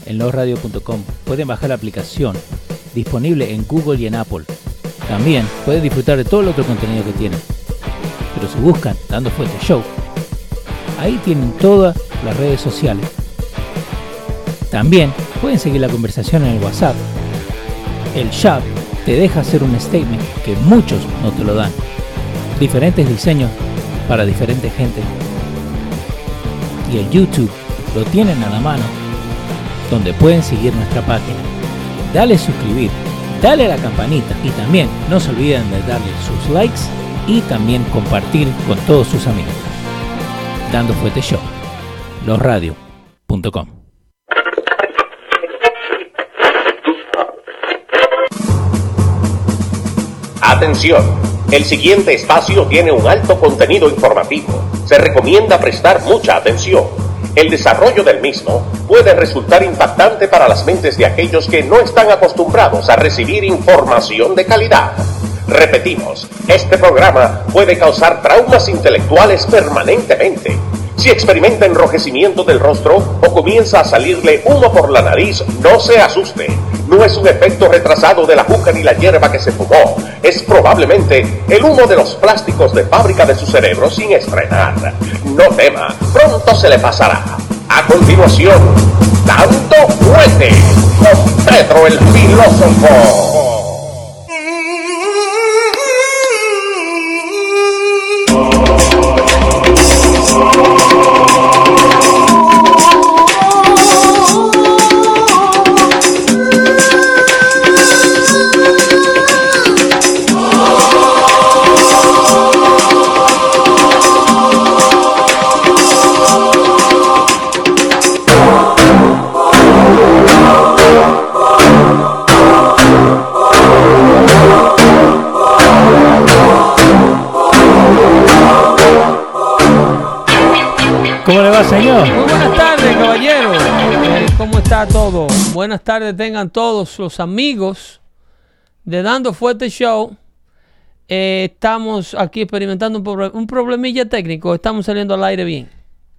en losradio.com pueden bajar la aplicación, disponible en Google y en Apple. También pueden disfrutar de todo el otro contenido que tienen. Pero si buscan Dando Fuerte Show, ahí tienen todas las redes sociales. También pueden seguir la conversación en el WhatsApp. El chat te deja hacer un statement que muchos no te lo dan. Diferentes diseños para diferentes gente. Y el YouTube lo tienen a la mano, donde pueden seguir nuestra página. Dale suscribir, dale a la campanita y también no se olviden de darle sus likes y también compartir con todos sus amigos. Dando Fuerte Show, losradio.com. Atención, el siguiente espacio tiene un alto contenido informativo. Se recomienda prestar mucha atención. El desarrollo del mismo puede resultar impactante para las mentes de aquellos que no están acostumbrados a recibir información de calidad. Repetimos, este programa puede causar traumas intelectuales permanentemente. Si experimenta enrojecimiento del rostro o comienza a salirle humo por la nariz, no se asuste. No es un efecto retrasado de la juca ni la hierba que se fumó. Es probablemente el humo de los plásticos de fábrica de su cerebro sin estrenar. No tema, pronto se le pasará. A continuación, Dando Fuerte con Pedro el Filósofo. ¿Cómo le va, señor? Muy buenas tardes, caballero. ¿Cómo está todo? Buenas tardes tengan todos los amigos de Dando Fuerte Show. Estamos aquí experimentando un problemilla técnico. Estamos saliendo al aire bien.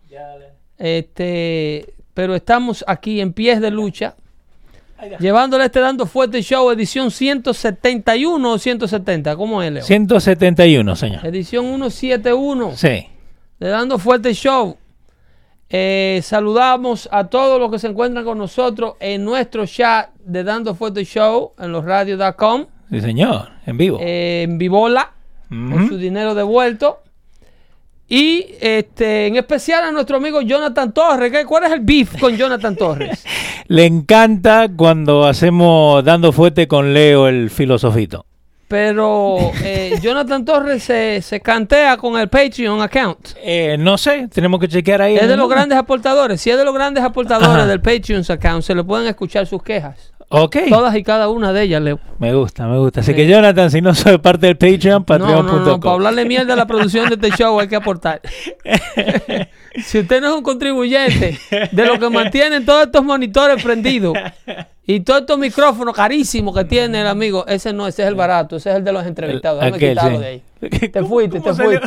Pero estamos aquí en pies de lucha, llevándole Dando Fuerte Show, edición 171 o 170. ¿Cómo es, Leo? 171, señor. Edición 171. Sí. De Dando Fuerte Show. Saludamos a todos los que se encuentran con nosotros en nuestro chat de Dando Fuerte Show en losradio.com. Sí, señor, en vivo. En Vivola, con su dinero devuelto. Y en especial a nuestro amigo Jonathan Torres. ¿Cuál es el beef con Jonathan Torres? Le encanta cuando hacemos Dando Fuerte con Leo, el filosofito. Pero Jonathan Torres se cantea con el Patreon account. No sé, tenemos que chequear ahí. Es de los grandes aportadores. Si es de los grandes aportadores del Patreon account, se le pueden escuchar sus quejas. Ok. Todas y cada una de ellas, Leo. Me gusta. Así que Jonathan, si no soy parte del Patreon, patreon.com. No, para hablarle mierda a la producción de este show hay que aportar. Si usted no es un contribuyente de lo que mantienen todos estos monitores prendidos y todos estos micrófonos carísimos que tiene el amigo, ese es el barato, ese es el de los entrevistados. Déjame quitarlo de ahí. Te fuiste.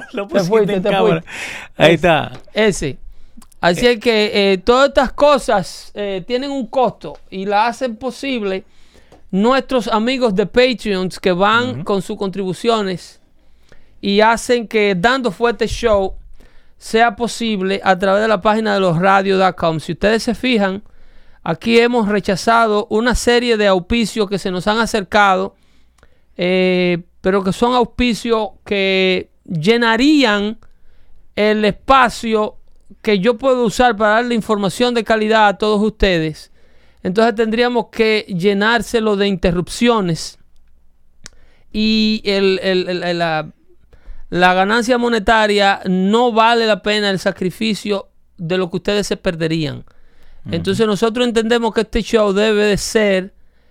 Ahí está. Ese. Así es que todas estas cosas tienen un costo y la hacen posible nuestros amigos de Patreons que van con sus contribuciones y hacen que Dando Fuerte Show sea posible a través de la página de losradio.com. Si ustedes se fijan, aquí hemos rechazado una serie de auspicios que se nos han acercado, pero que son auspicios que llenarían el espacio que yo puedo usar para darle información de calidad a todos ustedes. Entonces tendríamos que llenárselo de interrupciones y la ganancia monetaria no vale la pena el sacrificio de lo que ustedes se perderían. Entonces nosotros entendemos que este show debe de ser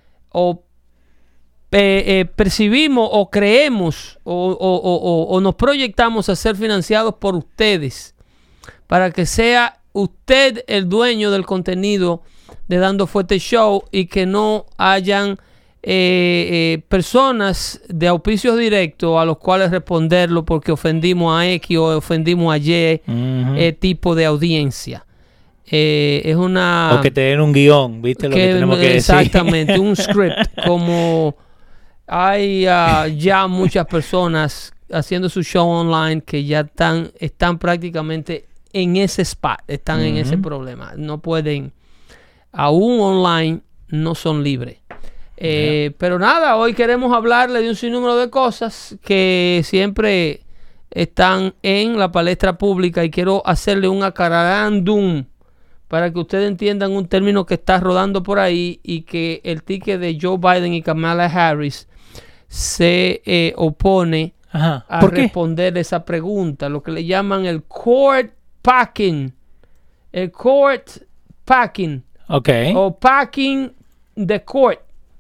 percibimos o creemos o nos proyectamos a ser financiados por ustedes, para que sea usted el dueño del contenido de Dando Fuerte Show y que no hayan personas de auspicios directos a los cuales responderlo porque ofendimos a X o ofendimos a Y tipo de audiencia. Es una... O que te den un guión, ¿viste? Lo que tenemos que decir. Exactamente, un script. Como hay ya muchas personas haciendo su show online que ya están prácticamente en ese spot, están en ese problema. No pueden, aún online, no son libres. Pero nada, hoy queremos hablarle de un sinnúmero de cosas que siempre están en la palestra pública y quiero hacerle un aclarándum para que ustedes entiendan un término que está rodando por ahí y que el ticket de Joe Biden y Kamala Harris se opone a responder esa pregunta, lo que le llaman el court packing. El court packing. Ok. O packing the court.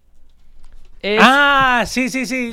Sí.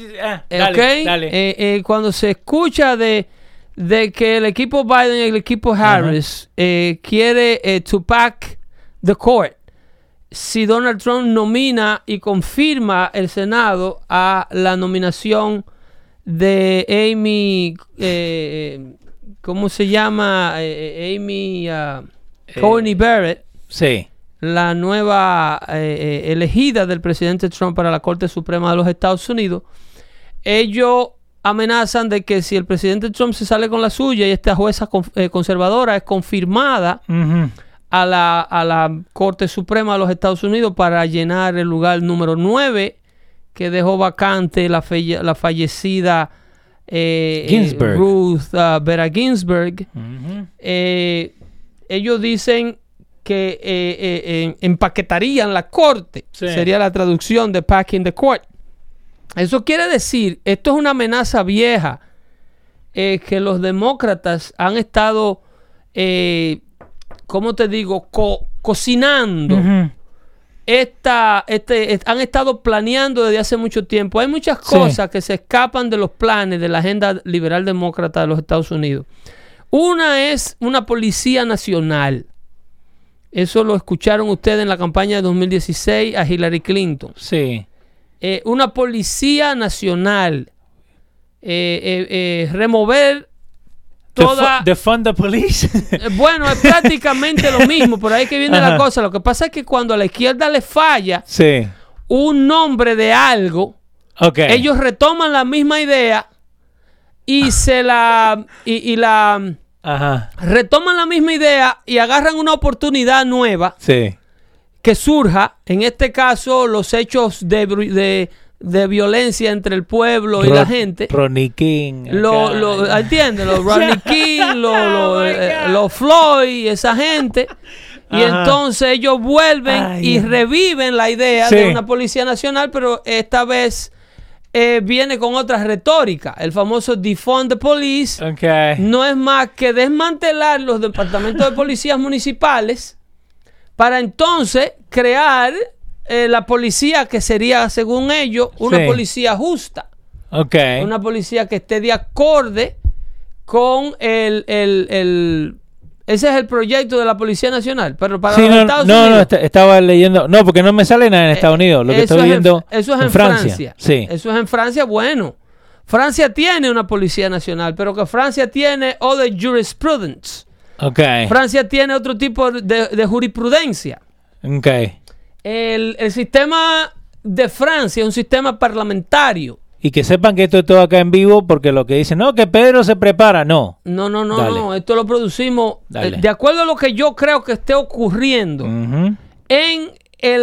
Dale. Cuando se escucha de que el equipo Biden y el equipo Harris quiere to pack the court, si Donald Trump nomina y confirma el Senado a la nominación de Amy, ¿cómo se llama? Amy Coney Barrett. Sí. La nueva elegida del presidente Trump para la Corte Suprema de los Estados Unidos. Ellos amenazan de que si el presidente Trump se sale con la suya y esta jueza conservadora es confirmada a la Corte Suprema de los Estados Unidos para llenar el lugar número 9 que dejó vacante la fallecida Ruth Bader Ginsburg. Ellos dicen que empaquetarían la corte. Sí. Sería la traducción de packing the court. Eso quiere decir, esto es una amenaza vieja que los demócratas han estado, ¿cómo te digo? Cocinando. Han estado planeando desde hace mucho tiempo. Hay muchas cosas que se escapan de los planes de la agenda liberal demócrata de los Estados Unidos. Una es una policía nacional. Eso lo escucharon ustedes en la campaña de 2016 a Hillary Clinton. Sí. Una policía nacional. Remover toda... Defund the police. Bueno, es prácticamente lo mismo. Por ahí que viene la cosa. Lo que pasa es que cuando a la izquierda le falla un nombre de algo, ellos retoman la misma idea y retoman la misma idea y agarran una oportunidad nueva que surja, en este caso los hechos de violencia entre el pueblo y la gente. Ronnie King. ¿Entiendes? Los Ronnie King, los Floyd, esa gente. Y entonces ellos vuelven y reviven la idea de una policía nacional, pero esta vez viene con otra retórica. El famoso defund the police no es más que desmantelar los departamentos de policías municipales para entonces crear la policía que sería, según ellos, una policía justa. Una policía que esté de acorde con ese es el proyecto de la Policía Nacional, pero para los Estados Unidos. Estaba leyendo. No, porque no me sale nada en Estados Unidos. Lo que estoy viendo. Eso es en Francia. Sí. Eso es en Francia. Bueno, Francia tiene una Policía Nacional, pero que Francia tiene other jurisprudence. Francia tiene otro tipo de jurisprudencia. El sistema de Francia es un sistema parlamentario. Y que sepan que esto es todo acá en vivo, porque lo que dicen, no, que Pedro se prepara, no. No, esto lo producimos de acuerdo a lo que yo creo que esté ocurriendo en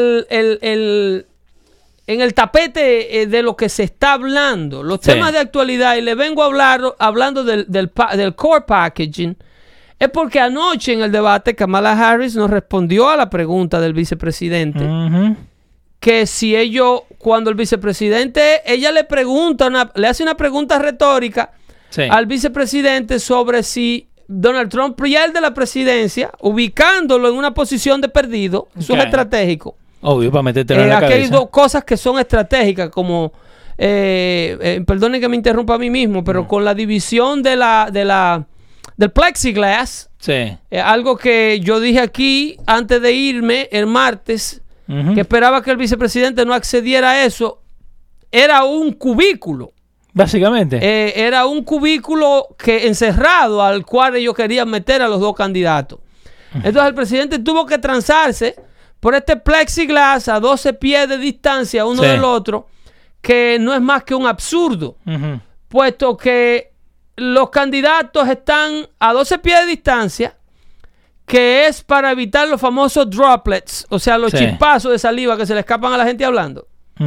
el tapete de lo que se está hablando, los temas de actualidad, y le vengo hablando del core packaging, es porque anoche en el debate Kamala Harris nos respondió a la pregunta del vicepresidente, que si cuando el vicepresidente, ella le hace una pregunta retórica al vicepresidente sobre si Donald Trump pierde la presidencia, ubicándolo en una posición de perdido. Eso es estratégico. Obvio, para metértelo en la cabeza. Aquí hay dos cosas que son estratégicas, como, perdonen que me interrumpa a mí mismo, pero con la división del plexiglass, algo que yo dije aquí antes de irme el martes, que esperaba que el vicepresidente no accediera a eso, era un cubículo. Básicamente. Era un cubículo encerrado al cual ellos querían meter a los dos candidatos. Entonces el presidente tuvo que transarse por este plexiglass a 12 pies de distancia uno del otro, que no es más que un absurdo, puesto que los candidatos están a 12 pies de distancia, que es para evitar los famosos droplets, o sea, los chispazos de saliva que se le escapan a la gente hablando.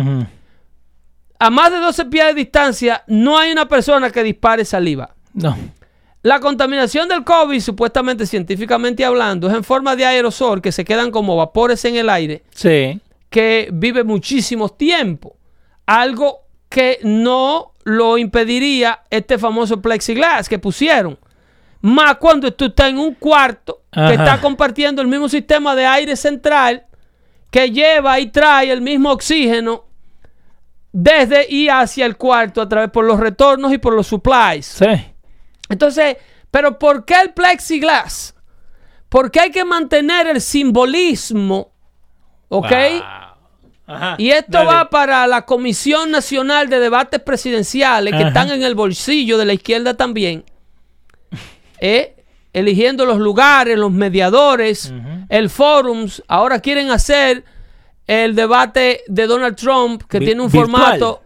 A más de 12 pies de distancia no hay una persona que dispare saliva. No. La contaminación del COVID, supuestamente científicamente hablando, es en forma de aerosol que se quedan como vapores en el aire, que vive muchísimo tiempo. Algo que no lo impediría este famoso plexiglass que pusieron. Más cuando tú estás en un cuarto que está compartiendo el mismo sistema de aire central que lleva y trae el mismo oxígeno desde y hacia el cuarto a través por los retornos y por los supplies. Entonces, ¿pero por qué el plexiglass? Porque hay que mantener el simbolismo, ¿ok? Y esto va para la Comisión Nacional de Debates Presidenciales, que están en el bolsillo de la izquierda también, eligiendo los lugares, los mediadores, el forums. Ahora quieren hacer el debate de Donald Trump, que tiene un formato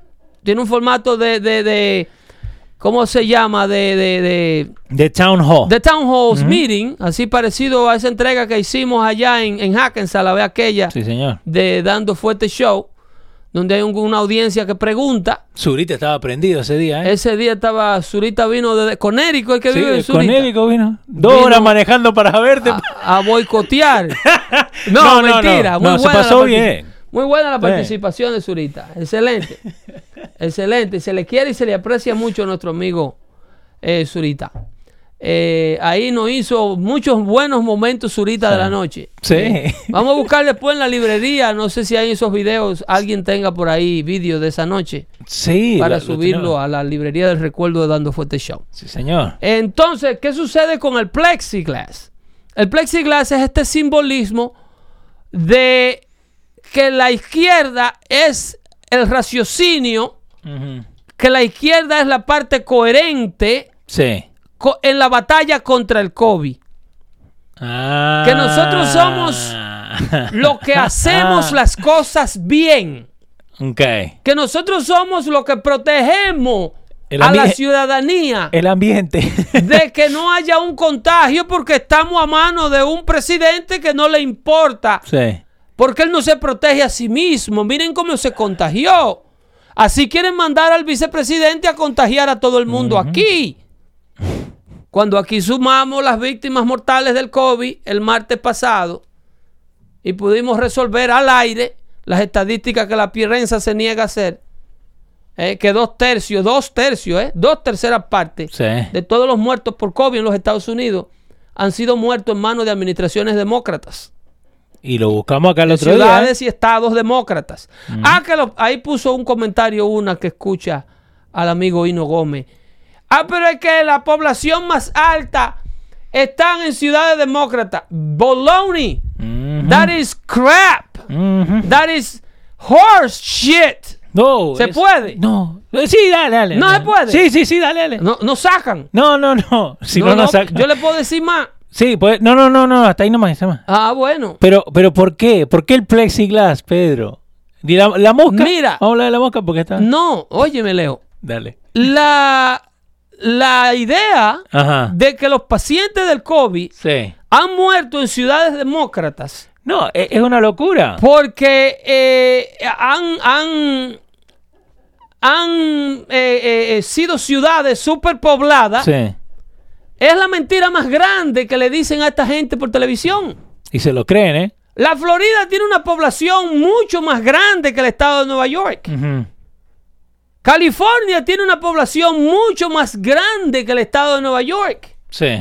de ¿cómo se llama? De Town Hall. De Town Halls Meeting, así parecido a esa entrega que hicimos allá en Hackensack, la vez aquella. Sí, señor. De Dando Fuerte Show, donde hay una audiencia que pregunta. Zurita estaba prendido ese día, Ese día estaba, Zurita vino desde Conérico, el que vive en Zurita. Conérico vino. 2 horas manejando para verte. A boicotear. No, mentira. No, se pasó bien. Muy buena la participación de Zurita. Excelente. Excelente. Se le quiere y se le aprecia mucho a nuestro amigo Zurita. Ahí nos hizo muchos buenos momentos Zurita de la noche. Vamos a buscar después en la librería. No sé si hay esos videos. Alguien tenga por ahí vídeos de esa noche. Para subirlo a la librería del recuerdo de Dando Fuerte Show. Sí, señor. Entonces, ¿qué sucede con el plexiglass? El plexiglass es este simbolismo de que la izquierda es el raciocinio, que la izquierda es la parte coherente en la batalla contra el COVID. Que nosotros somos los que hacemos las cosas bien. Que nosotros somos los que protegemos a la ciudadanía. El ambiente. De que no haya un contagio porque estamos a mano de un presidente que no le importa. Porque él no se protege a sí mismo. Miren cómo se contagió. Así quieren mandar al vicepresidente a contagiar a todo el mundo aquí. Cuando aquí sumamos las víctimas mortales del COVID el martes pasado y pudimos resolver al aire las estadísticas que la prensa se niega a hacer, que 2/3 partes de todos los muertos por COVID en los Estados Unidos han sido muertos en manos de administraciones demócratas. Y lo buscamos acá el otro día. Ciudades y estados demócratas. Ahí puso un comentario una que escucha al amigo Hino Gómez. Pero es que la población más alta están en ciudades demócratas. Baloney. That is crap. That is horse shit. No. ¿Se puede? No. Sí, dale. ¿No se puede? Sí, dale. No sacan. No. Si no sacan. Yo le puedo decir más. Sí, pues, no, hasta ahí nomás. Bueno. Pero ¿por qué? ¿Por qué el plexiglass, Pedro? ¿La mosca? Mira. Vamos a hablar de la mosca porque está... No, óyeme, Leo. Dale. La idea de que los pacientes del COVID han muerto en ciudades demócratas. No, es una locura. Porque han sido ciudades superpobladas. Es la mentira más grande que le dicen a esta gente por televisión. Y se lo creen, ¿eh? La Florida tiene una población mucho más grande que el estado de Nueva York. California tiene una población mucho más grande que el estado de Nueva York.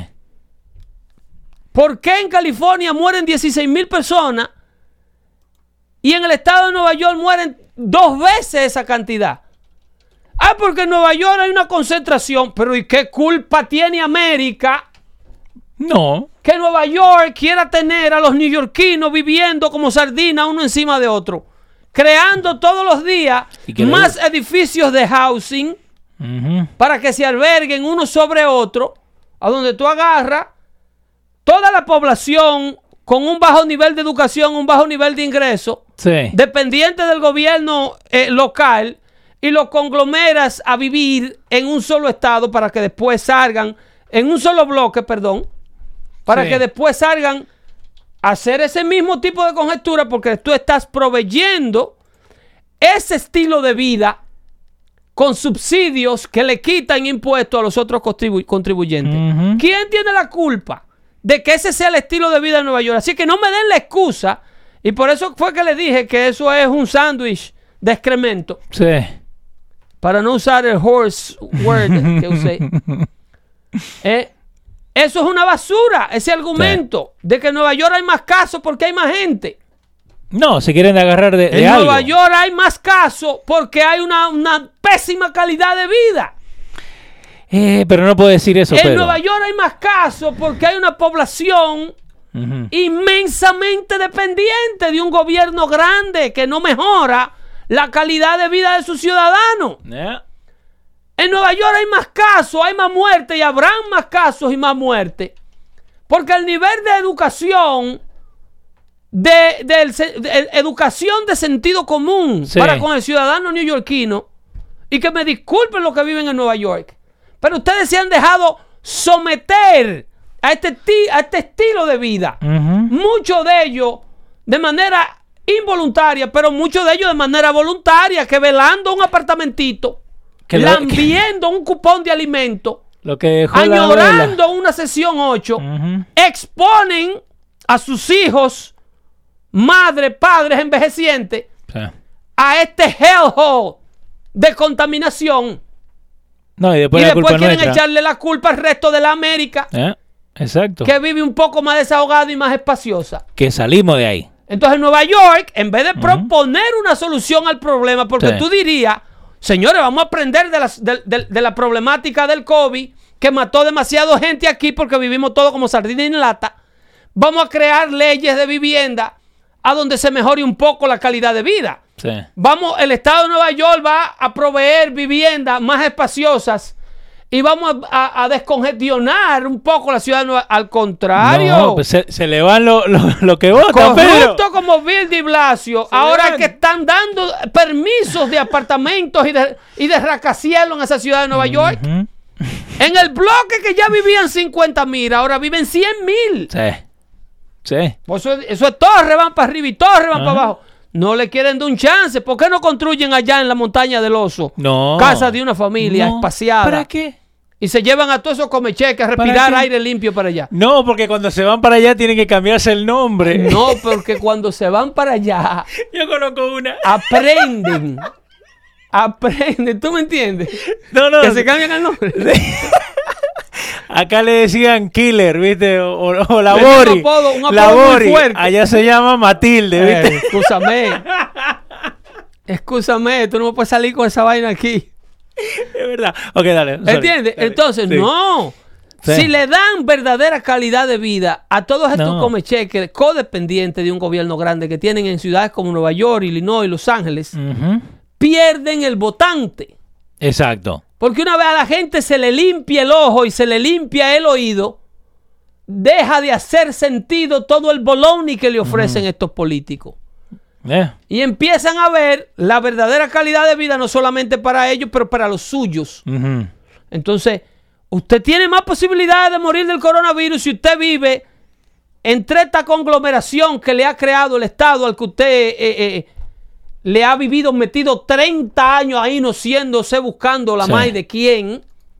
¿Por qué en California mueren 16,000 personas y en el estado de Nueva York mueren 2 veces esa cantidad? Porque en Nueva York hay una concentración. Pero ¿y qué culpa tiene América? No. Que Nueva York quiera tener a los neoyorquinos viviendo como sardinas uno encima de otro. Creando todos los días más edificios de housing para que se alberguen uno sobre otro. A donde tú agarras toda la población con un bajo nivel de educación, un bajo nivel de ingreso, Sí. dependiente del gobierno local, y los conglomeras a vivir en un solo estado para que después salgan, en un solo bloque, perdón, para Sí. que después salgan a hacer ese mismo tipo de conjetura, porque tú estás proveyendo ese estilo de vida con subsidios que le quitan impuestos a los otros contribuyentes. Ujú. ¿Quién tiene la culpa de que ese sea el estilo de vida de Nueva York? Así que no me den la excusa, y por eso fue que le dije que eso es un sándwich de excremento, Sí. para no usar el horse word que usé. Eso es una basura, ese argumento de que en Nueva York hay más casos porque hay más gente. No, se quieren agarrar de En algo. Nueva York hay más casos porque hay una pésima calidad de vida. Pero no puedo decir eso, En Pedro. Nueva York hay más casos porque hay una población Ujú. inmensamente dependiente de un gobierno grande que no mejora la calidad de vida de sus ciudadanos. En Nueva York hay más casos, hay más muertes y habrán más casos y más muertes. Porque el nivel de educación, educación de sentido común Sí. para con el ciudadano neoyorquino, y que me disculpen los que viven en Nueva York, pero ustedes se han dejado someter a este estilo de vida. Ujú. Muchos de ellos de manera involuntaria, pero muchos de ellos de manera voluntaria, que velando un apartamentito, Que lo- lambiendo un cupón de alimento, Lo que dejó la abuela. añorando una sesión 8, Ujú. exponen a sus hijos, madres, padres envejecientes, Sí. a este hellhole de contaminación. No, y después Y la después culpa quieren nuestra. echarle la culpa al resto de la América, Exacto. que vive un poco más desahogada y más espaciosa. Que salimos de ahí. Entonces, en Nueva York, en vez de proponer una solución al problema, porque Sí. tú dirías, señores, vamos a aprender de la problemática del COVID, que mató demasiada gente aquí porque vivimos todos como sardina en lata. Vamos a crear leyes de vivienda a donde se mejore un poco la calidad de vida. Sí. El Estado de Nueva York va a proveer viviendas más espaciosas y vamos a descongestionar un poco la ciudad de Nueva York. Al contrario. No, pues se le van lo que votan, Pedro. Corrupto como Bill de Blasio, Se ahora van. que están dando permisos de apartamentos y de rascacielos en esa ciudad de Nueva York. Ujú. En el bloque que ya vivían 50,000, ahora viven 100,000. Sí. Sí. Pues eso es torre, van para arriba y torre, van Ajá. para abajo. No le quieren dar un chance. ¿Por qué no construyen allá en la montaña del Oso? No. Casa de una familia No. espaciada. ¿Para qué? Y se llevan a todos esos comecheques a respirar qué? aire limpio para allá. No, porque cuando se van para allá tienen que cambiarse el nombre. No, porque cuando se van para allá, Yo conozco una. aprenden. Aprenden, ¿tú me entiendes? No. Que se cambian el nombre. Acá le decían Killer, ¿viste? O la Le dio un Bori. apodo- un apodo La muy Bori. fuerte. Allá se llama Matilde, ¿viste? Excúsame, tú no me puedes salir con esa vaina aquí. Es verdad. Ok, dale. sorry. ¿Entiendes? Dale. Entonces, Sí. no. Sí. Si le dan verdadera calidad de vida a todos estos No. comecheques codependientes de un gobierno grande que tienen en ciudades como Nueva York, Illinois, Los Ángeles, Ujú. pierden el votante. Exacto. Porque una vez a la gente se le limpia el ojo y se le limpia el oído, deja de hacer sentido todo el bologna que le ofrecen estos políticos. Y empiezan a ver la verdadera calidad de vida, no solamente para ellos, pero para los suyos. Ujú. Entonces, usted tiene más posibilidades de morir del coronavirus si usted vive entre esta conglomeración que le ha creado el Estado al que usted le ha vivido metido 30 años ahí nociéndose buscando la Sí. maíz de quién.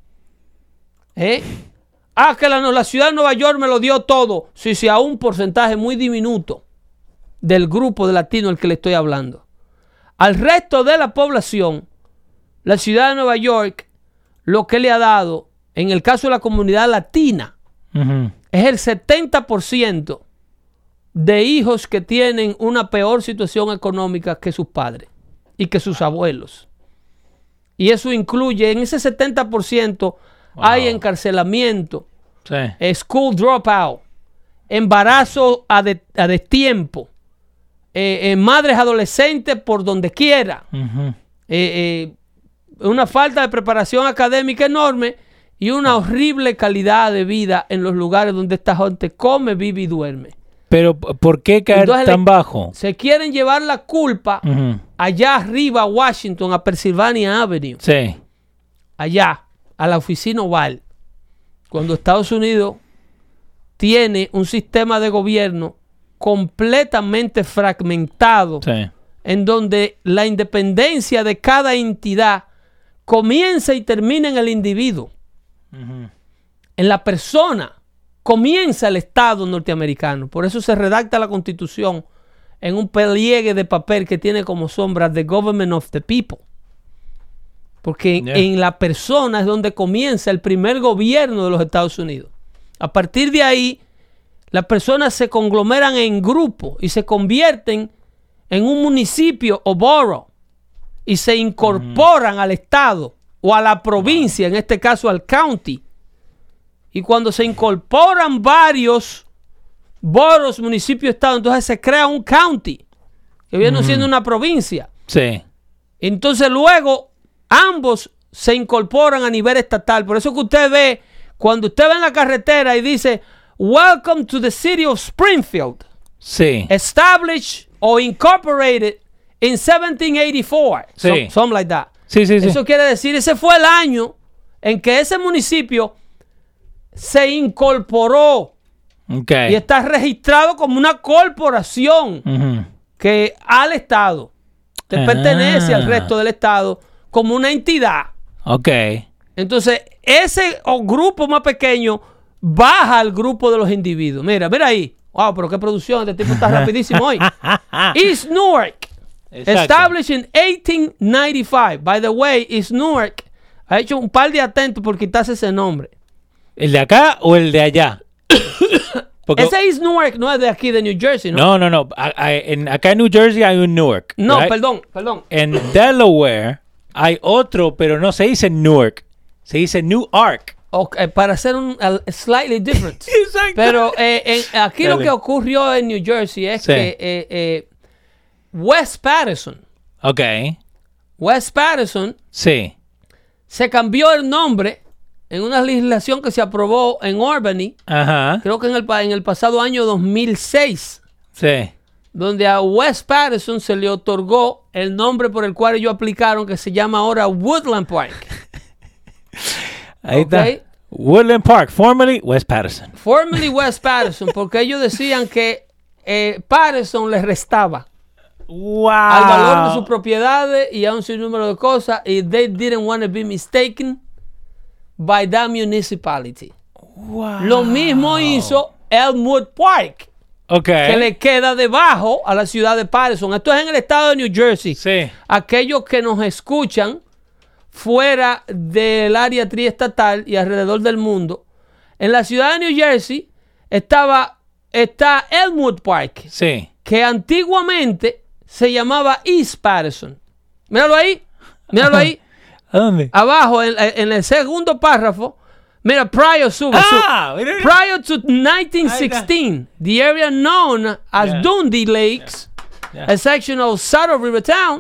Que la ciudad de Nueva York me lo dio todo. Sí, a un porcentaje muy diminuto del grupo de latinos al que le estoy hablando. Al resto de la población, la ciudad de Nueva York, lo que le ha dado, en el caso de la comunidad latina, Ujú. es el 70% de hijos que tienen una peor situación económica que sus padres y que sus abuelos. Y eso incluye, en ese 70% hay encarcelamiento, Sí. school dropout, embarazo a destiempo, madres adolescentes por donde quiera, Ujú. una falta de preparación académica enorme y una horrible calidad de vida en los lugares donde esta gente come, vive y duerme. Pero ¿por qué caer Entonces, tan bajo? Se quieren llevar la culpa allá arriba a Washington, a Pennsylvania Avenue. Sí. Allá, a la oficina oval. Cuando Estados Unidos tiene un sistema de gobierno completamente fragmentado, Sí. en donde la independencia de cada entidad comienza y termina en el individuo. En la persona comienza el Estado norteamericano. Por eso se redacta la Constitución en un pliegue de papel que tiene como sombra The Government of the People. Porque en la persona es donde comienza el primer gobierno de los Estados Unidos. A partir de ahí, las personas se conglomeran en grupos y se convierten en un municipio o borough y se incorporan al estado o a la provincia, en este caso al county. Y cuando se incorporan varios boroughs, municipios, estados, entonces se crea un county que viene siendo una provincia. Sí. Entonces luego ambos se incorporan a nivel estatal. Por eso que usted ve, cuando usted va en la carretera y dice Welcome to the city of Springfield, Sí. established or incorporated in 1784. Sí. Something like that. Sí, sí, sí. Eso quiere decir, ese fue el año en que ese municipio se incorporó Okay. y está registrado como una corporación que al Estado le pertenece al resto del Estado como una entidad. Ok. Entonces, ese grupo más pequeño baja al grupo de los individuos. Mira ahí. Wow, pero qué producción. Este tipo está rapidísimo hoy. East Newark. Exacto. Established in 1895. By the way, East Newark ha hecho un par de atentos por quitarse ese nombre. ¿El de acá o el de allá? Porque... Ese East Newark no es de aquí, de New Jersey, ¿no? No. Acá en New Jersey hay un Newark. No, right? perdón. En Delaware hay otro, pero no se dice Newark. Se dice Newark. Okay, para hacer un slightly different. Exacto. Pero aquí lo Dale. que ocurrió en New Jersey es Sí. que West Patterson Sí. se cambió el nombre en una legislación que se aprobó en Albany, Ajá. creo que en el pasado año 2006, Sí. donde a West Patterson se le otorgó el nombre por el cual ellos aplicaron, que se llama ahora Woodland Park. Ahí Ok. está. Woodland Park, formerly West Patterson. Formerly West Patterson, porque ellos decían que Patterson les restaba Wow. al valor de sus propiedades y a un sinnúmero de cosas, y they didn't want to be mistaken by that municipality. Wow. Lo mismo hizo Elmwood Park, Ok. que le queda debajo a la ciudad de Patterson. Esto es en el estado de New Jersey. Sí. Aquellos que nos escuchan fuera del área triestatal y alrededor del mundo, en la ciudad de New Jersey está Elmwood Park, Sí. que antiguamente se llamaba East Patterson. Míralo ahí. Míralo ahí. ¿A dónde? Abajo, en el segundo párrafo. Mira, prior Mira. prior to 1916, the area known as Yeah. Dundee Lakes, Yeah. a section of Saddle River Town,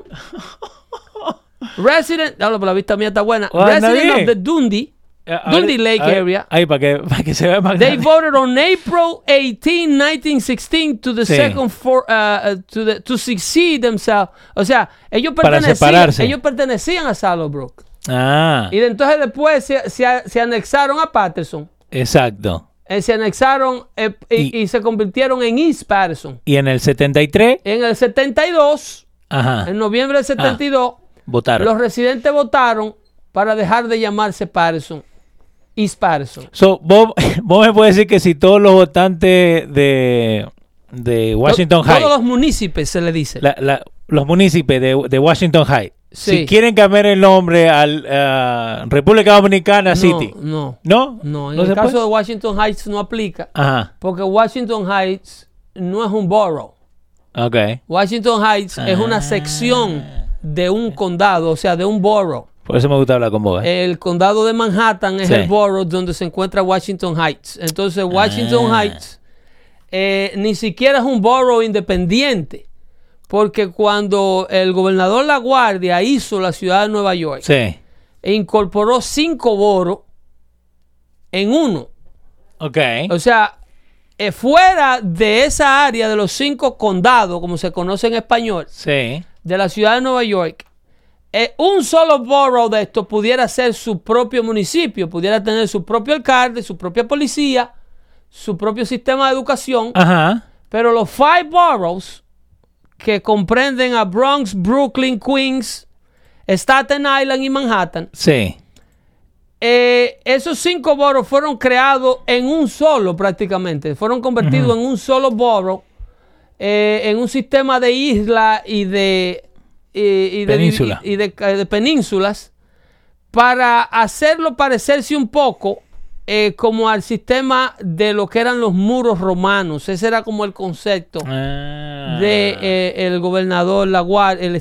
resident, la vista mía está buena, Oh, anda resident of bien. the Dundee Lake area. Ahí, para que se vea más They grande. voted on April 18, 1916 to the Sí. second to succeed themselves. O sea, ellos Para separarse. pertenecían a Saddlebrook. Ah, Y entonces después se anexaron a Patterson. exacto. Se anexaron y se convirtieron en East Patterson. Y en el 73, En el 72, ajá, en noviembre del 72, votaron. los residentes votaron para dejar de llamarse Patterson, East Patterson. So, vos me puedes decir que si todos los votantes de Washington Todos Heights, los municipios se le dice. los municipios de Washington Heights, Sí. si quieren cambiar el nombre al República Dominicana City, No. ¿no? En ¿No el se caso puede? de Washington Heights no aplica, Ajá, porque Washington Heights no es un borough. ok. Washington Heights es una sección de un condado, o sea, de un borough. Por eso me gusta hablar con vos. El condado de Manhattan es Sí. el borough donde se encuentra Washington Heights. Entonces, Washington Heights ni siquiera es un borough independiente, porque cuando el gobernador LaGuardia hizo la ciudad de Nueva York Sí. e incorporó 5 boroughs, en uno. Ok. O sea, fuera de esa área de los 5 condados, como se conoce en español, Sí. de la ciudad de Nueva York, un solo borough de esto pudiera ser su propio municipio, pudiera tener su propio alcalde, su propia policía, su propio sistema de educación. Ajá. Pero los 5 boroughs que comprenden a Bronx, Brooklyn, Queens, Staten Island y Manhattan, Sí. esos 5 boroughs fueron creados en un solo prácticamente. Fueron convertidos en un solo borough, en un sistema de islas y de Península. de penínsulas, para hacerlo parecerse un poco como al sistema de lo que eran los muros romanos. Ese era como el concepto de el gobernador LaGuardia,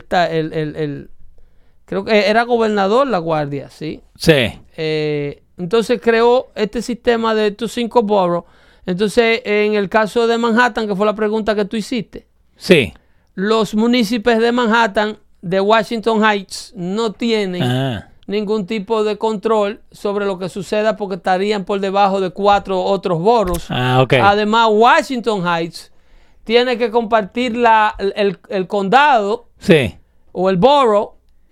creo que era gobernador LaGuardia, ¿sí? Sí. Entonces creó este sistema de estos 5 boroughs. Entonces, en el caso de Manhattan, que fue la pregunta que tú hiciste, Sí. los municipios de Manhattan, de Washington Heights, no tienen ningún tipo de control sobre lo que suceda porque estarían por debajo de 4 otros boroughs. Ok. Además, Washington Heights tiene que compartir el condado Sí. o el borough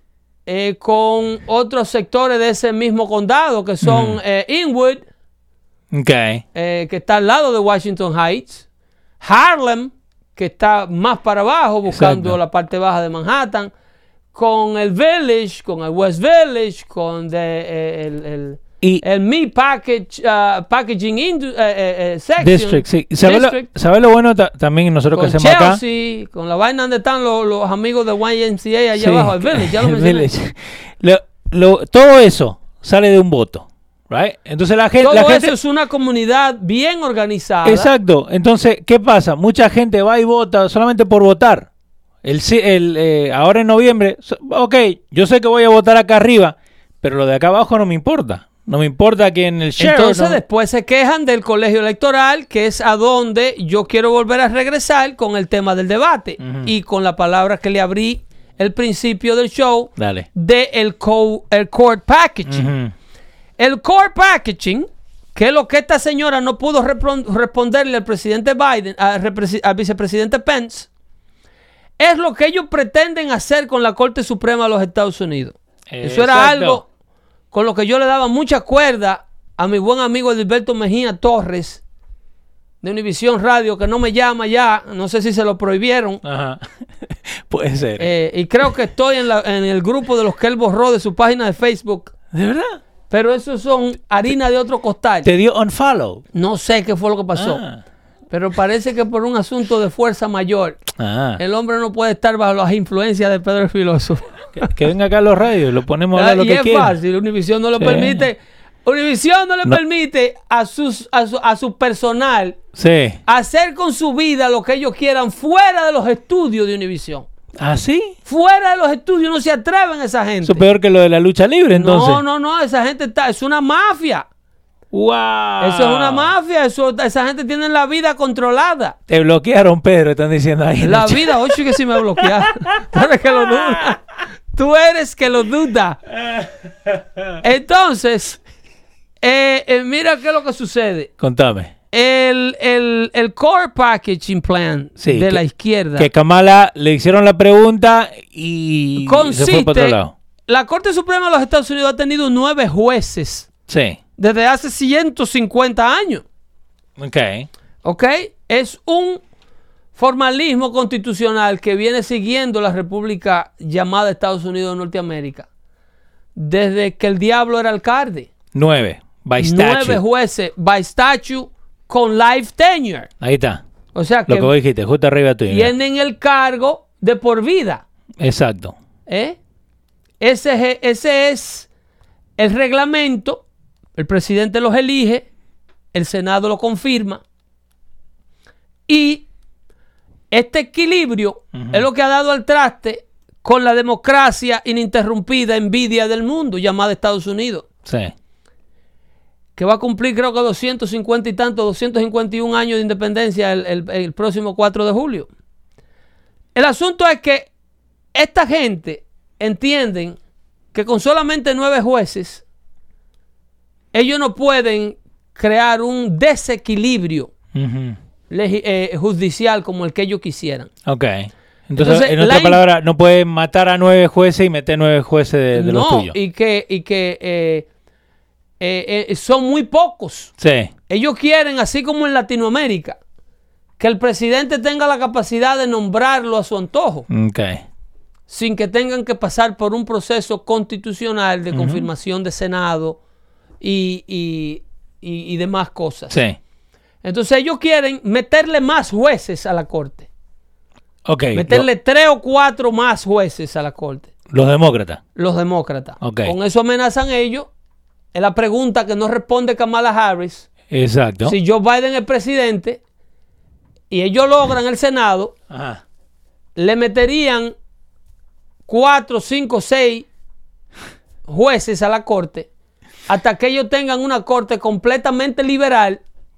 con otros sectores de ese mismo condado, que son Inwood, Ok. que está al lado de Washington Heights, Harlem, que está más para abajo, buscando Exacto. la parte baja de Manhattan, con el Village, con el West Village, con el Meat Packaging Section. District, sí. ¿Sabes lo bueno también nosotros que Con hacemos acá? Chelsea, con la vaina donde están los amigos de YMCA allá Sí, abajo, el Village, ya lo el mencioné. Village. Todo eso sale de un voto, right? Entonces la gente... Todo eso es una comunidad bien organizada. Exacto. Entonces, ¿qué pasa? Mucha gente va y vota solamente por votar. Ahora en noviembre, ok, yo sé que voy a votar acá arriba, pero lo de acá abajo no me importa. No me importa que en el sheriff... Entonces después se quejan del colegio electoral, que es a donde yo quiero volver a regresar con el tema del debate y con la palabra que le abrí el principio del show. Dale. De el court packaging. El court packaging, que es lo que esta señora no pudo responderle al presidente Biden, al vicepresidente Pence, es lo que ellos pretenden hacer con la Corte Suprema de los Estados Unidos. Eso era algo con lo que yo le daba mucha cuerda a mi buen amigo Edilberto Mejía Torres de Univisión Radio, que no me llama ya, no sé si se lo prohibieron. Ajá. Puede ser. Y creo que estoy en el grupo de los que él borró de su página de Facebook. ¿De verdad? Pero eso son harina de otro costal. ¿Te dio unfollow? No sé qué fue lo que pasó. Pero parece que por un asunto de fuerza mayor, el hombre no puede estar bajo las influencias de Pedro el Filósofo. Que venga acá a los radios y lo ponemos a hablar lo que quiera. Y es fácil, Univisión no lo permite. Univisión no le permite a su personal hacer con su vida lo que ellos quieran fuera de los estudios de Univisión. ¿Ah, sí? Fuera de los estudios no se atreven esa gente. Eso es peor que lo de la lucha libre, entonces. No, esa gente es una mafia. ¡Wow! Eso es una mafia, esa gente tiene la vida controlada. Te bloquearon, Pedro, están diciendo ahí. La vida, oye, que sí me bloquearon. Tú eres que lo duda. Tú eres que lo duda. Entonces, mira qué es lo que sucede. Contame. El core packaging plan de la izquierda. Que Kamala le hicieron la pregunta y se fue para otro lado. La Corte Suprema de los Estados Unidos ha tenido 9 jueces. Sí. Desde hace 150 años. Ok. Es un formalismo constitucional que viene siguiendo la república llamada Estados Unidos de Norteamérica desde que el diablo era alcalde. 9. By statute. 9 jueces by statute con life tenure. Ahí está. O sea que lo que vos dijiste, justo arriba tuyo. Tienen el cargo de por vida. Exacto. Ese es el reglamento. El presidente los elige, el Senado lo confirma y este equilibrio es lo que ha dado al traste con la democracia ininterrumpida, envidia del mundo llamada Estados Unidos. Sí. Que va a cumplir creo que 251 años de independencia el próximo 4 de julio. El asunto es que esta gente entienden que con solamente 9 jueces ellos no pueden crear un desequilibrio judicial como el que ellos quisieran. Ok. Entonces en otra palabra, no pueden matar a 9 jueces y meter 9 jueces de los tuyos. Y que son muy pocos. Sí. Ellos quieren, así como en Latinoamérica, que el presidente tenga la capacidad de nombrarlo a su antojo. Okay. Sin que tengan que pasar por un proceso constitucional de confirmación de Senado y demás cosas. Sí. Entonces ellos quieren meterle más jueces a la corte. Okay. Meterle 3 o 4 más jueces a la corte. Los demócratas. Los demócratas. Okay. Con eso amenazan ellos. Es la pregunta que no responde Kamala Harris. Exacto. Si Joe Biden es presidente y ellos logran el Senado, le meterían 4, 5, 6 jueces a la corte hasta que ellos tengan una corte completamente liberal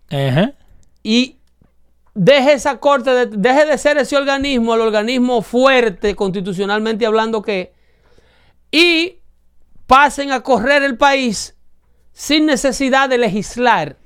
y deje esa corte, deje de ser ese organismo, el organismo fuerte constitucionalmente hablando y pasen a correr el país sin necesidad de legislar,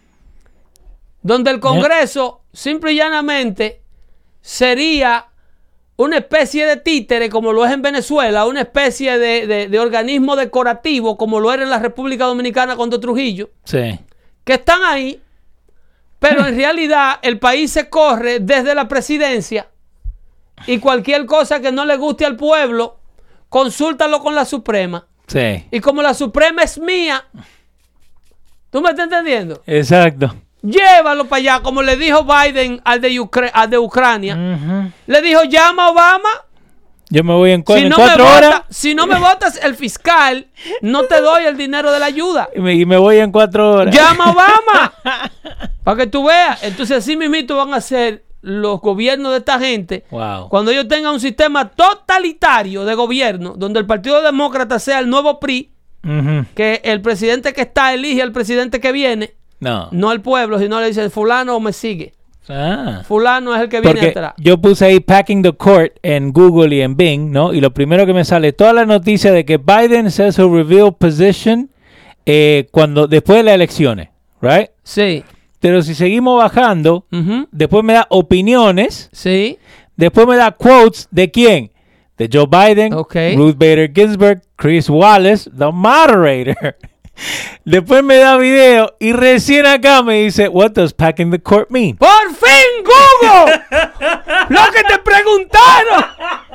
donde el Congreso simple y llanamente sería una especie de títere como lo es en Venezuela, una especie de organismo decorativo como lo era en la República Dominicana contra Trujillo, que están ahí, pero en realidad el país se corre desde la presidencia y cualquier cosa que no le guste al pueblo, consúltalo con la Suprema. Sí. Y como la Suprema es mía, ¿tú me estás entendiendo? Exacto. Llévalo para allá, como le dijo Biden al de Ucrania. Le dijo, llama a Obama. Yo me voy en 4 horas. Si no me votas el fiscal, no te doy el dinero de la ayuda. Y me voy en 4 horas. Llama a Obama. Para que tú veas. Entonces así mismito van a ser los gobiernos de esta gente. Wow. Cuando ellos tengan un sistema totalitario de gobierno, donde el Partido Demócrata sea el nuevo PRI, que el presidente que está elige al presidente que viene. No el pueblo, sino le dice fulano me sigue. Fulano es el que viene atrás. Yo puse ahí Packing the Court en Google y en Bing, ¿no? Y lo primero que me sale toda la noticia de que Biden says he'll reveal position después de las elecciones, right? Sí. Pero si seguimos bajando, después me da opiniones. Sí. Después me da quotes de quién? De Joe Biden, Ruth Bader Ginsburg, Chris Wallace, the moderator. Después me da video y recién acá me dice, what does packing the court mean? ¡Por fin, Google! ¡Lo que te preguntaron!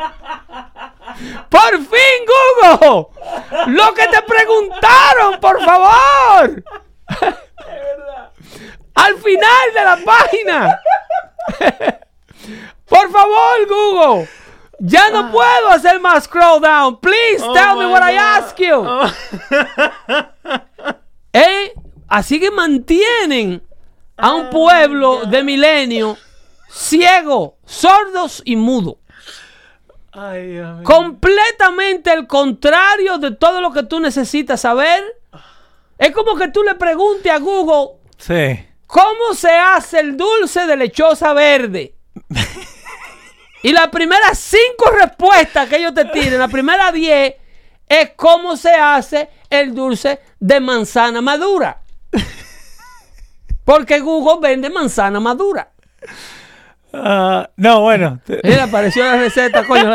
¡Por fin, Google! ¡Lo que te preguntaron, por favor! ¡Al final de la página! ¡Por favor, Google! Ya no puedo hacer más scroll down. Please tell me what I ask you. Así que mantienen a un pueblo de milenio ciego, sordos y mudo. Completamente el contrario de todo lo que tú necesitas saber. Es como que tú le preguntes a Google ¿cómo se hace el dulce de lechosa verde? Y las primeras 5 respuestas que ellos te tiren, la primera 10, es cómo se hace el dulce de manzana madura. Porque Google vende manzana madura. No, bueno. Mira, apareció la receta, coño.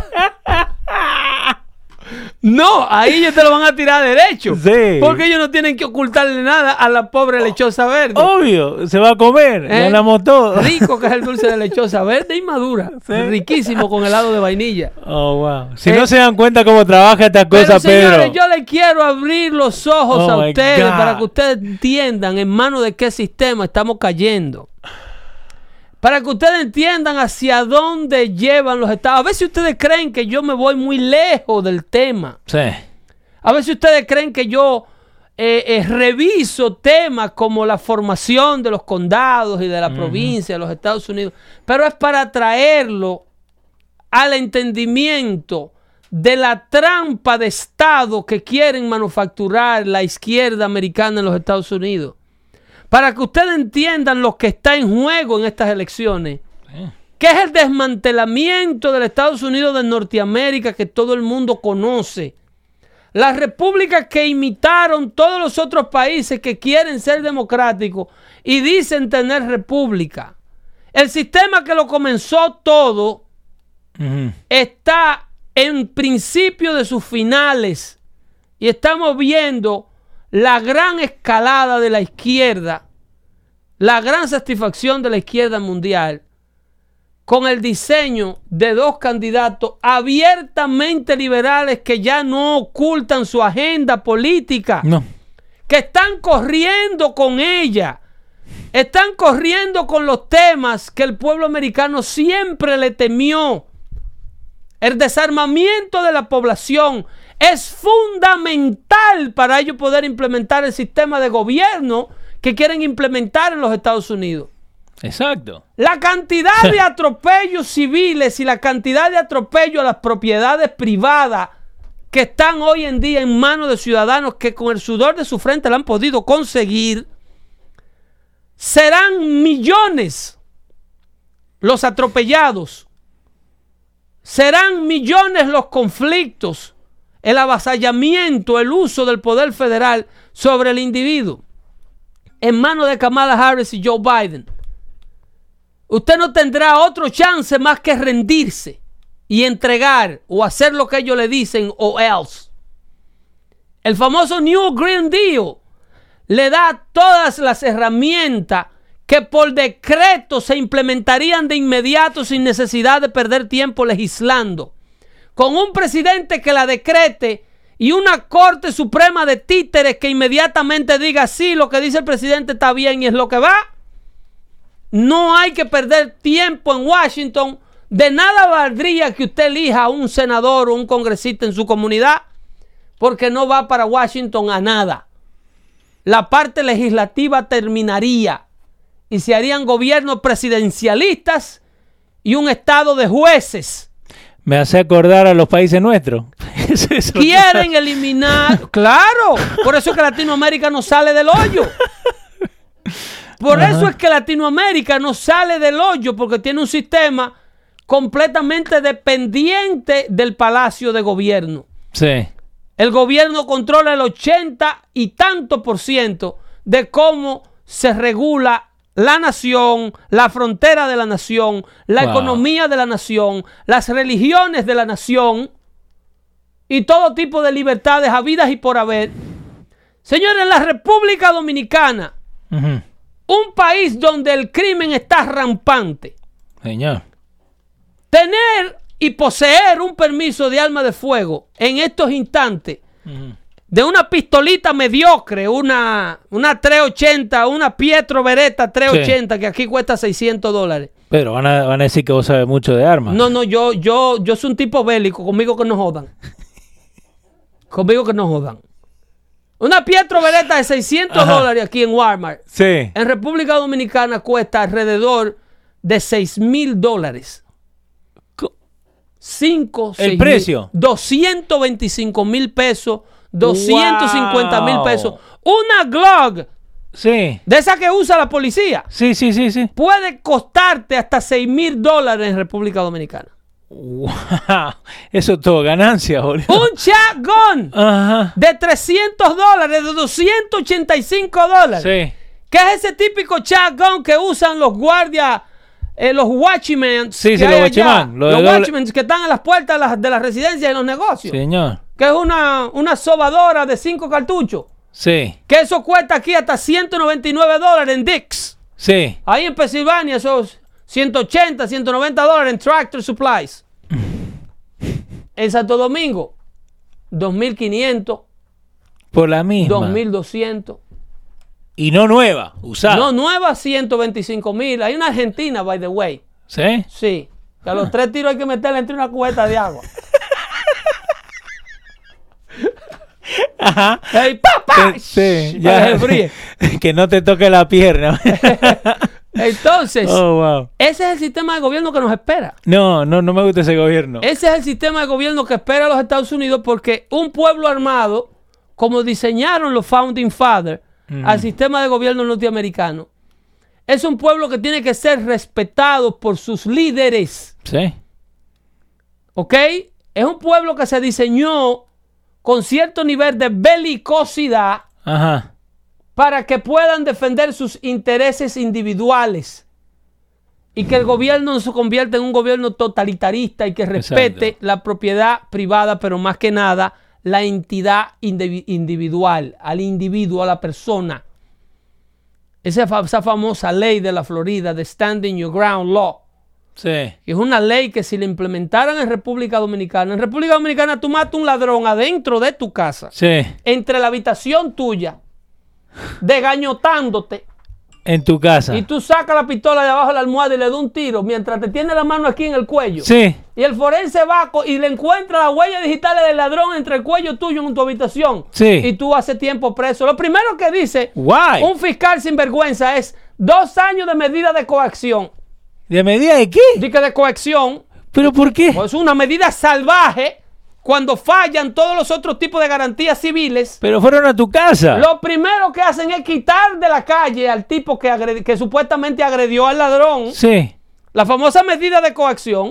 No, ahí ellos te lo van a tirar derecho. Sí. Porque ellos no tienen que ocultarle nada a la pobre lechosa verde. Obvio, se va a comer. Ganamos todo. Rico que es el dulce de lechosa verde y madura. Sí. Riquísimo con helado de vainilla. Oh, wow. Si no se dan cuenta cómo trabaja esta cosa, Pedro. Señores, yo les quiero abrir los ojos a ustedes para que ustedes entiendan en manos de qué sistema estamos cayendo. Para que ustedes entiendan hacia dónde llevan los estados. A veces ustedes creen que yo me voy muy lejos del tema. Sí. A veces ustedes creen que yo reviso temas como la formación de los condados y de la provincia de los Estados Unidos. Pero es para traerlo al entendimiento de la trampa de Estado que quieren manufacturar la izquierda americana en los Estados Unidos. Para que ustedes entiendan lo que está en juego en estas elecciones. Que es el desmantelamiento del Estados Unidos de Norteamérica que todo el mundo conoce. Las repúblicas que imitaron todos los otros países que quieren ser democráticos y dicen tener república. El sistema que lo comenzó todo está en principio de sus finales. Y estamos viendo la gran escalada de la izquierda, la gran satisfacción de la izquierda mundial con el diseño de dos candidatos abiertamente liberales que ya no ocultan su agenda política, que están corriendo con ella, están corriendo con los temas que el pueblo americano siempre le temió. El desarmamiento de la población es fundamental para ellos poder implementar el sistema de gobierno que quieren implementar en los Estados Unidos. Exacto. La cantidad de atropellos civiles y la cantidad de atropellos a las propiedades privadas que están hoy en día en manos de ciudadanos que con el sudor de su frente la han podido conseguir, serán millones los atropellados, serán millones los conflictos, el avasallamiento, el uso del poder federal sobre el individuo en manos de Kamala Harris y Joe Biden. Usted no tendrá otro chance más que rendirse y entregar o hacer lo que ellos le dicen o else. El famoso New Green Deal le da todas las herramientas que por decreto se implementarían de inmediato sin necesidad de perder tiempo legislando. Con un presidente que la decrete y una Corte Suprema de títeres que inmediatamente diga sí, lo que dice el presidente está bien y es lo que va. No hay que perder tiempo en Washington. De nada valdría que usted elija a un senador o un congresista en su comunidad, porque no va para Washington a nada. La parte legislativa terminaría y se harían gobiernos presidencialistas y un estado de jueces. Me hace acordar a los países nuestros. Quieren eliminar. Claro, por eso es que Latinoamérica no sale del hoyo. Por eso es que Latinoamérica no sale del hoyo, porque tiene un sistema completamente dependiente del palacio de gobierno. Sí. El gobierno controla el 80 y tanto % de cómo se regula la nación, la frontera de la nación, la economía de la nación, las religiones de la nación y todo tipo de libertades habidas y por haber. Señores, en la República Dominicana, un país donde el crimen está rampante, señor, tener y poseer un permiso de arma de fuego en estos instantes, de una pistolita mediocre, una 380, una Pietro Beretta 380, sí, que aquí cuesta $600. Pero van a decir que vos sabes mucho de armas. No, yo soy un tipo bélico, conmigo que no jodan. Conmigo que no jodan. Una Pietro Beretta de $600 aquí en Walmart. Sí. En República Dominicana cuesta alrededor de $6,000. ¿El precio? 225 mil pesos, 250 mil pesos. Una Glock. Sí. De esa que usa la policía. Sí. Puede costarte hasta $6,000 en República Dominicana. Wow. Eso es todo ganancia, boludo. Un shotgun de $300, de $285. Sí. Que es ese típico shotgun que usan los guardias, los watchmen. Sí, los watchmen. Los watchmen que están en las puertas de las residencias y los negocios. Señor. Que es una sobadora de 5 cartuchos. Sí. Que eso cuesta aquí hasta $199 en Dick's. Sí. Ahí en Pensilvania, esos $180, $190 en Tractor Supplies. En Santo Domingo, $2,500. Por la misma. $2,200. Y no nueva, usada. No, nueva, $125,000. Hay una argentina, by the way. ¿Sí? Sí. Que a los 3 tiros hay que meterle entre una cubeta de agua. Ajá. ¡Hey, papá! Sí, ya. Que no te toque la pierna. Entonces, wow, ese es el sistema de gobierno que nos espera. No me gusta ese gobierno. Ese es el sistema de gobierno que espera a los Estados Unidos, porque un pueblo armado, como diseñaron los Founding Fathers al sistema de gobierno norteamericano, es un pueblo que tiene que ser respetado por sus líderes. Sí. ¿Ok? Es un pueblo que se diseñó con cierto nivel de belicosidad Ajá. para que puedan defender sus intereses individuales y que el gobierno no se convierta en un gobierno totalitarista y que respete la propiedad privada, pero más que nada la entidad individual, al individuo, a la persona. Esa famosa ley de la Florida, de Standing Your Ground Law, Sí. que es una ley que si la implementaran en República Dominicana tú matas un ladrón adentro de tu casa, Sí. entre la habitación tuya, desgañotándote, En tu casa. y tú sacas la pistola de abajo de la almohada y le das un tiro mientras te tiene la mano aquí en el cuello. Sí. Y el forense va y le encuentra las huellas digitales del ladrón entre el cuello tuyo en tu habitación. Sí. Y tú hace tiempo preso. Lo primero que dice Why? un fiscal sinvergüenza es 2 años de medida de coacción. ¿De medida de qué? Dice de coacción, ¿Pero por qué? pues es una medida salvaje cuando fallan todos los otros tipos de garantías civiles. Pero fueron a tu casa. Lo primero que hacen es quitar de la calle al tipo que supuestamente agredió al ladrón. Sí. La famosa medida de coacción.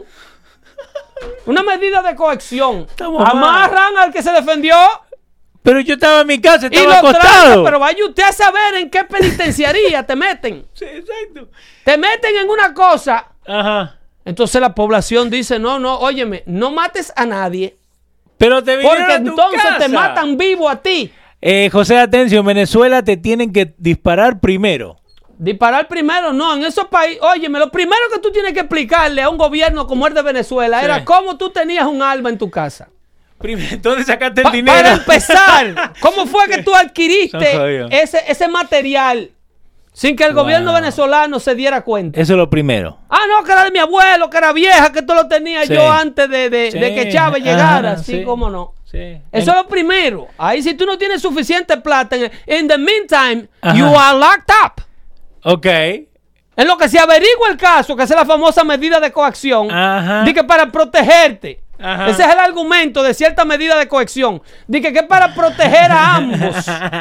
Una medida de coacción. Estamos mal. Amarran al que se defendió Pero yo estaba en mi casa, y estaba lo acostado. traen. Pero vaya usted a saber en qué penitenciaría te meten. Sí, exacto. Te meten en una cosa. Ajá. Entonces la población dice, no, óyeme, no mates a nadie. Pero te vinieron Porque a tu entonces casa. te matan vivo a ti. José, atención, Venezuela te tienen que disparar primero. Disparar primero, no, en esos países, óyeme, lo primero que tú tienes que explicarle a un gobierno como el de Venezuela era cómo tú tenías un arma en tu casa. ¿Dónde sacaste el dinero? Para empezar, ¿cómo fue que tú Son adquiriste jodidos. ese material sin que el gobierno venezolano se diera cuenta? Eso es lo primero. Ah, no, que era de mi abuelo, que era vieja, que esto lo tenía Sí. yo antes de Sí. que Chávez llegara, Ajá, así sí. como no. Sí. Eso es lo primero. Ahí si tú no tienes suficiente plata, in the meantime, Ajá. you are locked up. Ok. En lo que se averigua el caso, que es la famosa medida de coacción, Ajá. di que para protegerte. Ajá. Ese es el argumento de cierta medida de coacción. Di que es para proteger a ambos.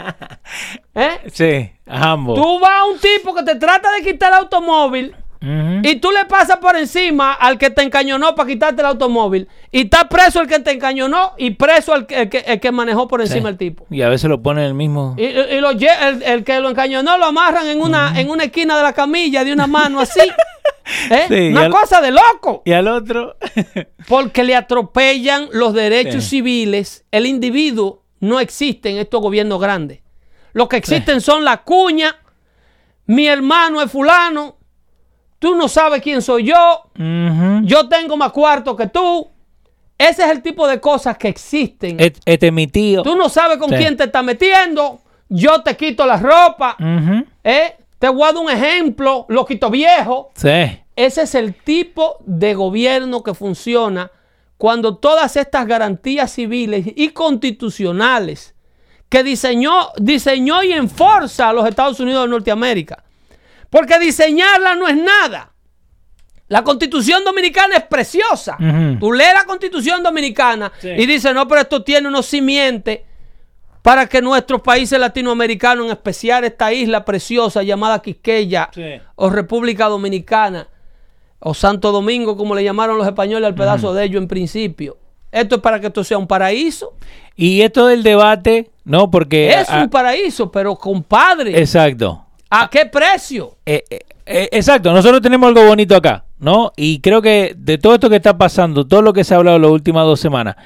¿Eh? Sí, a ambos. Tú vas a un tipo que te trata de quitar el automóvil Ujú. y tú le pasas por encima al que te encañonó para quitarte el automóvil. Y está preso el que te encañonó y preso el que manejó por encima el tipo. Y a veces lo ponen el mismo. Y el que lo encañonó lo amarran en una esquina de la camilla de una mano así. ¿Eh? Sí, Una cosa de loco. Y al otro. Porque le atropellan los derechos Sí. civiles. El individuo no existe en estos gobiernos grandes. Lo que existen son la cuña. Mi hermano es fulano. Tú no sabes quién soy yo. Ujú. Yo tengo más cuarto que tú. Ese es el tipo de cosas que existen. Este es mi tío. Tú no sabes con Sí. quién te estás metiendo. Yo te quito la ropa. Ujú. Te voy a dar un ejemplo. Lo quito viejo. Sí. Ese es el tipo de gobierno que funciona cuando todas estas garantías civiles y constitucionales que diseñó y enforza a los Estados Unidos de Norteamérica. Porque diseñarla no es nada. La Constitución Dominicana es preciosa. Ujú. Tú lees la Constitución Dominicana Sí. y dices, no, pero esto tiene unos simientes para que nuestros países latinoamericanos, en especial esta isla preciosa llamada Quisqueya, Sí. o República Dominicana, o Santo Domingo, como le llamaron los españoles al pedazo de ellos en principio. Esto es para que esto sea un paraíso. Y esto del debate, ¿no? Porque. Es un paraíso, pero compadre, Exacto. ¿a qué precio? Exacto, nosotros tenemos algo bonito acá, ¿no? Y creo que de todo esto que está pasando, todo lo que se ha hablado las últimas 2 semanas,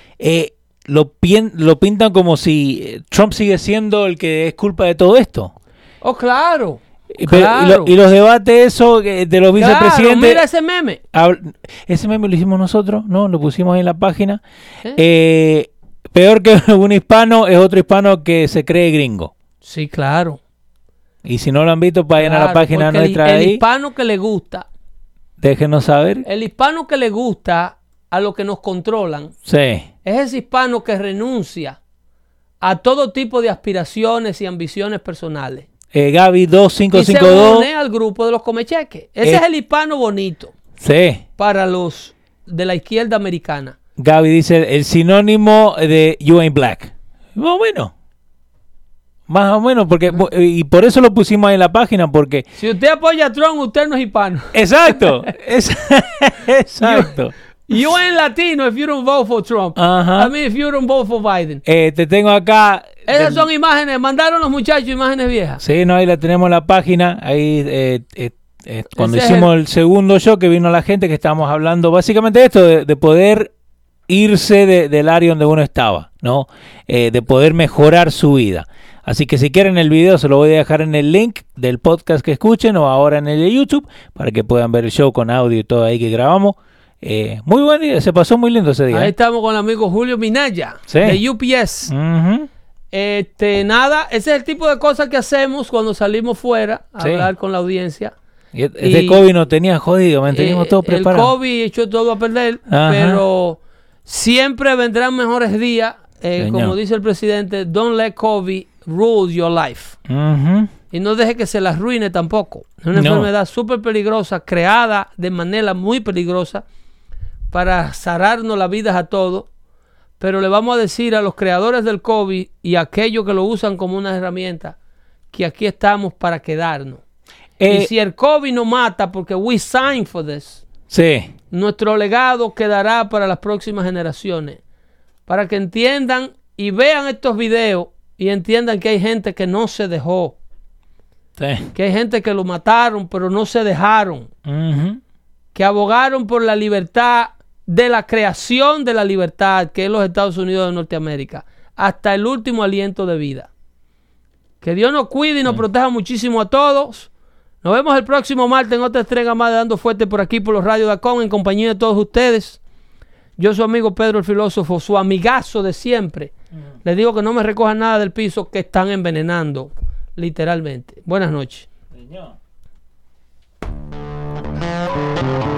lo pintan como si Trump sigue siendo el que es culpa de todo esto. Oh, claro. Pero- y los debates eso de los Claro, vicepresidentes. mira ese meme. Ese meme lo hicimos nosotros, ¿no? Lo pusimos ahí en la página. ¿Eh? Peor que un hispano es otro hispano que se cree gringo. Sí, claro. Y si no lo han visto, vayan a la Claro, página porque nuestra el ahí. hispano que le gusta, Déjenos saber. el hispano que le gusta a lo que nos controlan, Sí. es ese hispano que renuncia a todo tipo de aspiraciones y ambiciones personales. Gaby Y se 2552. une al grupo de los comecheques. Ese es el hispano bonito Sí. para los de la izquierda americana. Gaby dice el sinónimo de You Ain't Black. Más o menos. Más o menos, porque y por eso lo pusimos ahí en la página, porque Si usted apoya a Trump, usted no es hispano. exacto. Exacto. You ain't Latino if you don't vote for Trump. I mean, if you don't vote for Biden. Te tengo acá. Esas son imágenes. Mandaron los muchachos imágenes viejas. Sí, no, ahí la tenemos en la página. Ahí cuando hicimos el segundo show que vino la gente que estábamos hablando básicamente de esto, de poder irse del área donde uno estaba, ¿no? De poder mejorar su vida. Así que si quieren el video se lo voy a dejar en el link del podcast que escuchen o ahora en el de YouTube para que puedan ver el show con audio y todo ahí que grabamos. Muy buen día, se pasó muy lindo ese día. Ahí estamos con el amigo Julio Minaya, ¿sí? De UPS. Nada, ese es el tipo de cosas que hacemos cuando salimos fuera a hablar con la audiencia. Este COVID no tenía jodido, manteníamos todo preparado. El COVID echó todo a perder, pero siempre vendrán mejores días. Como dice el presidente, don't let COVID rule your life. Y no deje que se la arruine tampoco. Es una enfermedad súper peligrosa, creada de manera muy peligrosa para zararnos la vida a todos. Pero le vamos a decir a los creadores del COVID y a aquellos que lo usan como una herramienta que aquí estamos para quedarnos. Y si el COVID nos mata, porque we signed for this, nuestro legado quedará para las próximas generaciones. Para que entiendan y vean estos videos y entiendan que hay gente que no se dejó. Que hay gente que lo mataron, pero no se dejaron. Que abogaron por la libertad de la creación de la libertad, que es los Estados Unidos de Norteamérica, hasta el último aliento de vida. Que Dios nos cuide y nos proteja muchísimo a todos. Nos vemos el próximo martes en otra entrega más de Dando Fuerte por aquí por los Radio Dacón en compañía de todos ustedes. Yo soy amigo Pedro el Filósofo, su amigazo de siempre. Les digo que no me recojan nada del piso que están envenenando, literalmente. Buenas noches. Señor.